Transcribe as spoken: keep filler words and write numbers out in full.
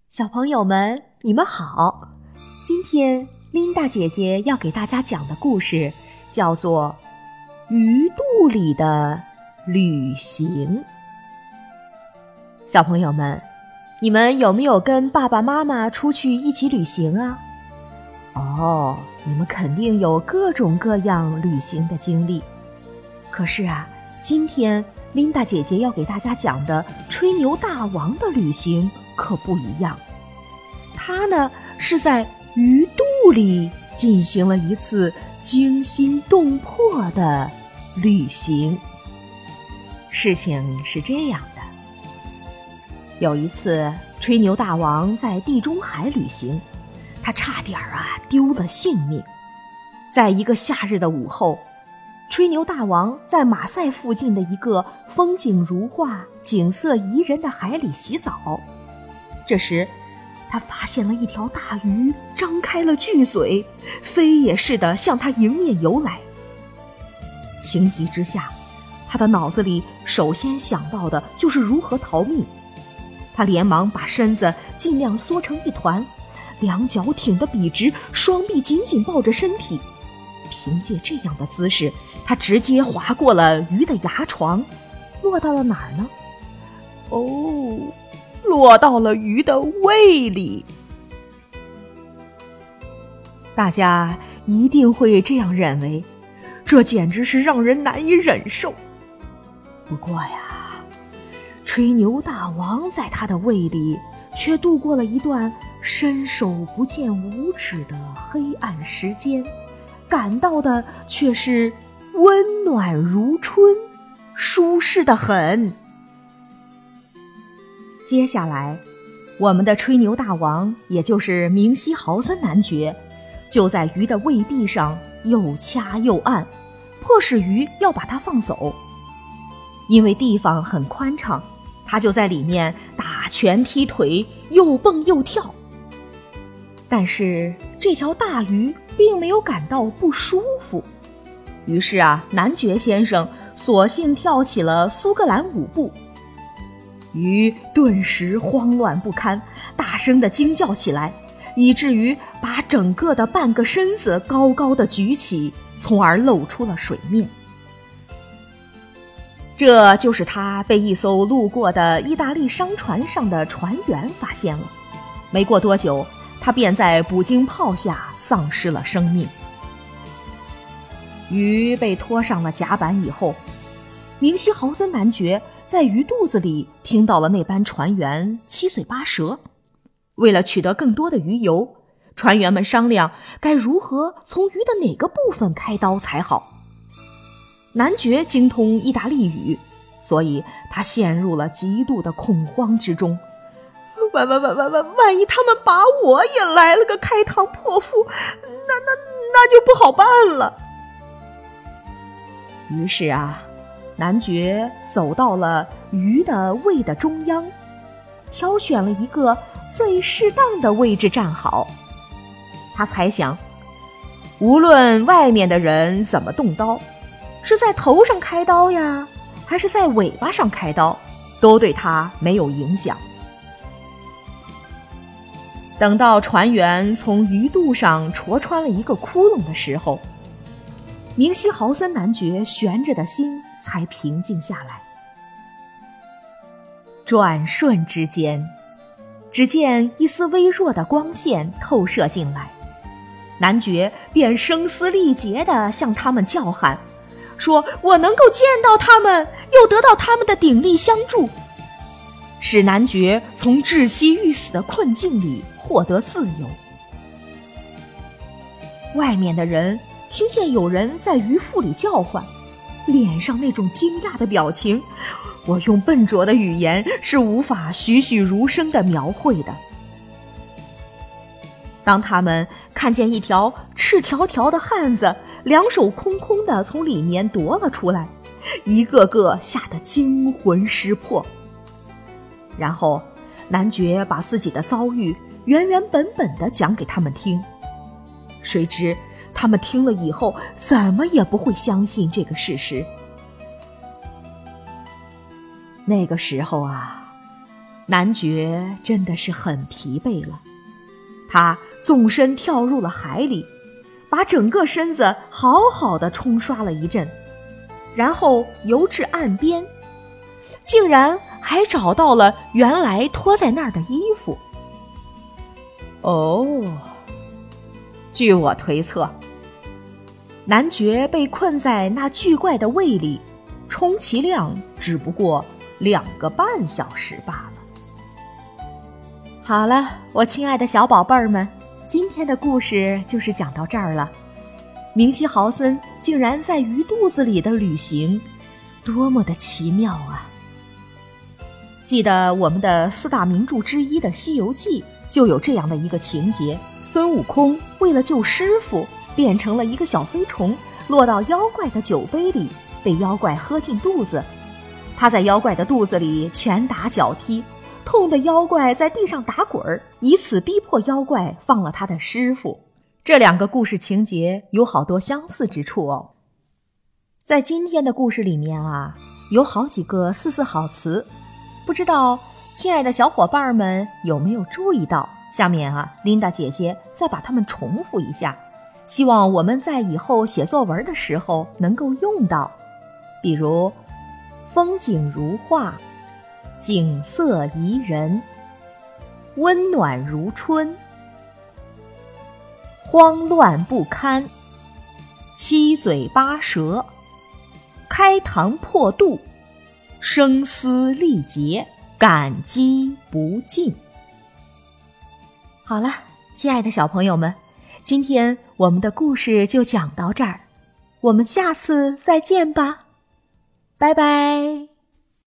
小朋友们，你们好！今天琳达姐姐要给大家讲的故事叫做《鱼肚里的旅行》。小朋友们，你们有没有跟爸爸妈妈出去一起旅行啊？哦，你们肯定有各种各样旅行的经历。可是啊，今天琳达姐姐要给大家讲的吹牛大王的旅行可不一样。他呢是在鱼肚里进行了一次惊心动魄的旅行。事情是这样的，有一次吹牛大王在地中海旅行，他差点啊丢了性命。在一个夏日的午后，吹牛大王在马赛附近的一个风景如画、景色宜人的海里洗澡。这时他发现了一条大鱼张开了巨嘴，飞也似的向他迎面游来。情急之下，他的脑子里首先想到的就是如何逃命。他连忙把身子尽量缩成一团，两脚挺得笔直，双臂紧紧抱着身体。凭借这样的姿势，他直接划过了鱼的牙床，落到了哪儿呢？哦，落到了鱼的胃里。大家一定会这样认为，这简直是让人难以忍受。不过呀，吹牛大王在他的胃里却度过了一段伸手不见五指的黑暗时间，感到的却是温暖如春，舒适得很。接下来，我们的吹牛大王，也就是明希豪森男爵，就在鱼的胃壁上又掐又按，迫使鱼要把它放走。因为地方很宽敞，他就在里面打拳踢腿，又蹦又跳。但是这条大鱼并没有感到不舒服，于是啊，男爵先生索性跳起了苏格兰舞步。鱼顿时慌乱不堪，大声地惊叫起来，以至于把整个的半个身子高高地举起，从而露出了水面。这就是他被一艘路过的意大利商船上的船员发现了。没过多久，他便在捕鲸炮下丧失了生命。鱼被拖上了甲板以后，明希豪森男爵在鱼肚子里听到了那班船员七嘴八舌。为了取得更多的鱼油，船员们商量该如何从鱼的哪个部分开刀才好。男爵精通意大利语，所以他陷入了极度的恐慌之中。万万万万万万一他们把我也来了个开膛破腹，那那那就不好办了。于是啊，男爵走到了鱼的胃的中央，挑选了一个最适当的位置站好。他猜想，无论外面的人怎么动刀，是在头上开刀呀，还是在尾巴上开刀，都对他没有影响。等到船员从鱼肚上戳穿了一个窟窿的时候，明希豪森男爵悬着的心才平静下来。转瞬之间，只见一丝微弱的光线透射进来，男爵便声嘶力竭地向他们叫喊，说我能够见到他们，又得到他们的鼎力相助，使男爵从窒息欲死的困境里获得自由。外面的人听见有人在鱼腹里叫唤，脸上那种惊讶的表情，我用笨拙的语言是无法栩栩如生地描绘的。当他们看见一条赤条条的汉子两手空空地从里面夺了出来，一个个吓得惊魂失魄。然后男爵把自己的遭遇原原本本地讲给他们听，谁知他们听了以后怎么也不会相信这个事实。那个时候啊， 男爵真的是很疲惫了，他纵身跳入了海里，把整个身子好好的冲刷了一阵，然后游至岸边，竟然还找到了原来脱在那儿的衣服。哦，据我推测，男爵被困在那巨怪的胃里，充其量只不过两个半小时罢了。好了，我亲爱的小宝贝儿们，今天的故事就是讲到这儿了。明希豪森竟然在鱼肚子里的旅行，多么的奇妙啊！记得我们的四大名著之一的《西游记》就有这样的一个情节，孙悟空为了救师傅，变成了一个小飞虫，落到妖怪的酒杯里，被妖怪喝进肚子。他在妖怪的肚子里拳打脚踢，痛得妖怪在地上打滚儿，以此逼迫妖怪放了他的师傅。这两个故事情节有好多相似之处哦。在今天的故事里面啊，有好几个似似好词，不知道亲爱的小伙伴们有没有注意到？下面啊，琳达姐姐再把它们重复一下，希望我们在以后写作文的时候能够用到。比如风景如画，景色宜人，温暖如春，慌乱不堪，七嘴八舌，开膛破肚，声嘶力竭，感激不尽。好了，亲爱的小朋友们，今天我们的故事就讲到这儿，我们下次再见吧，拜拜。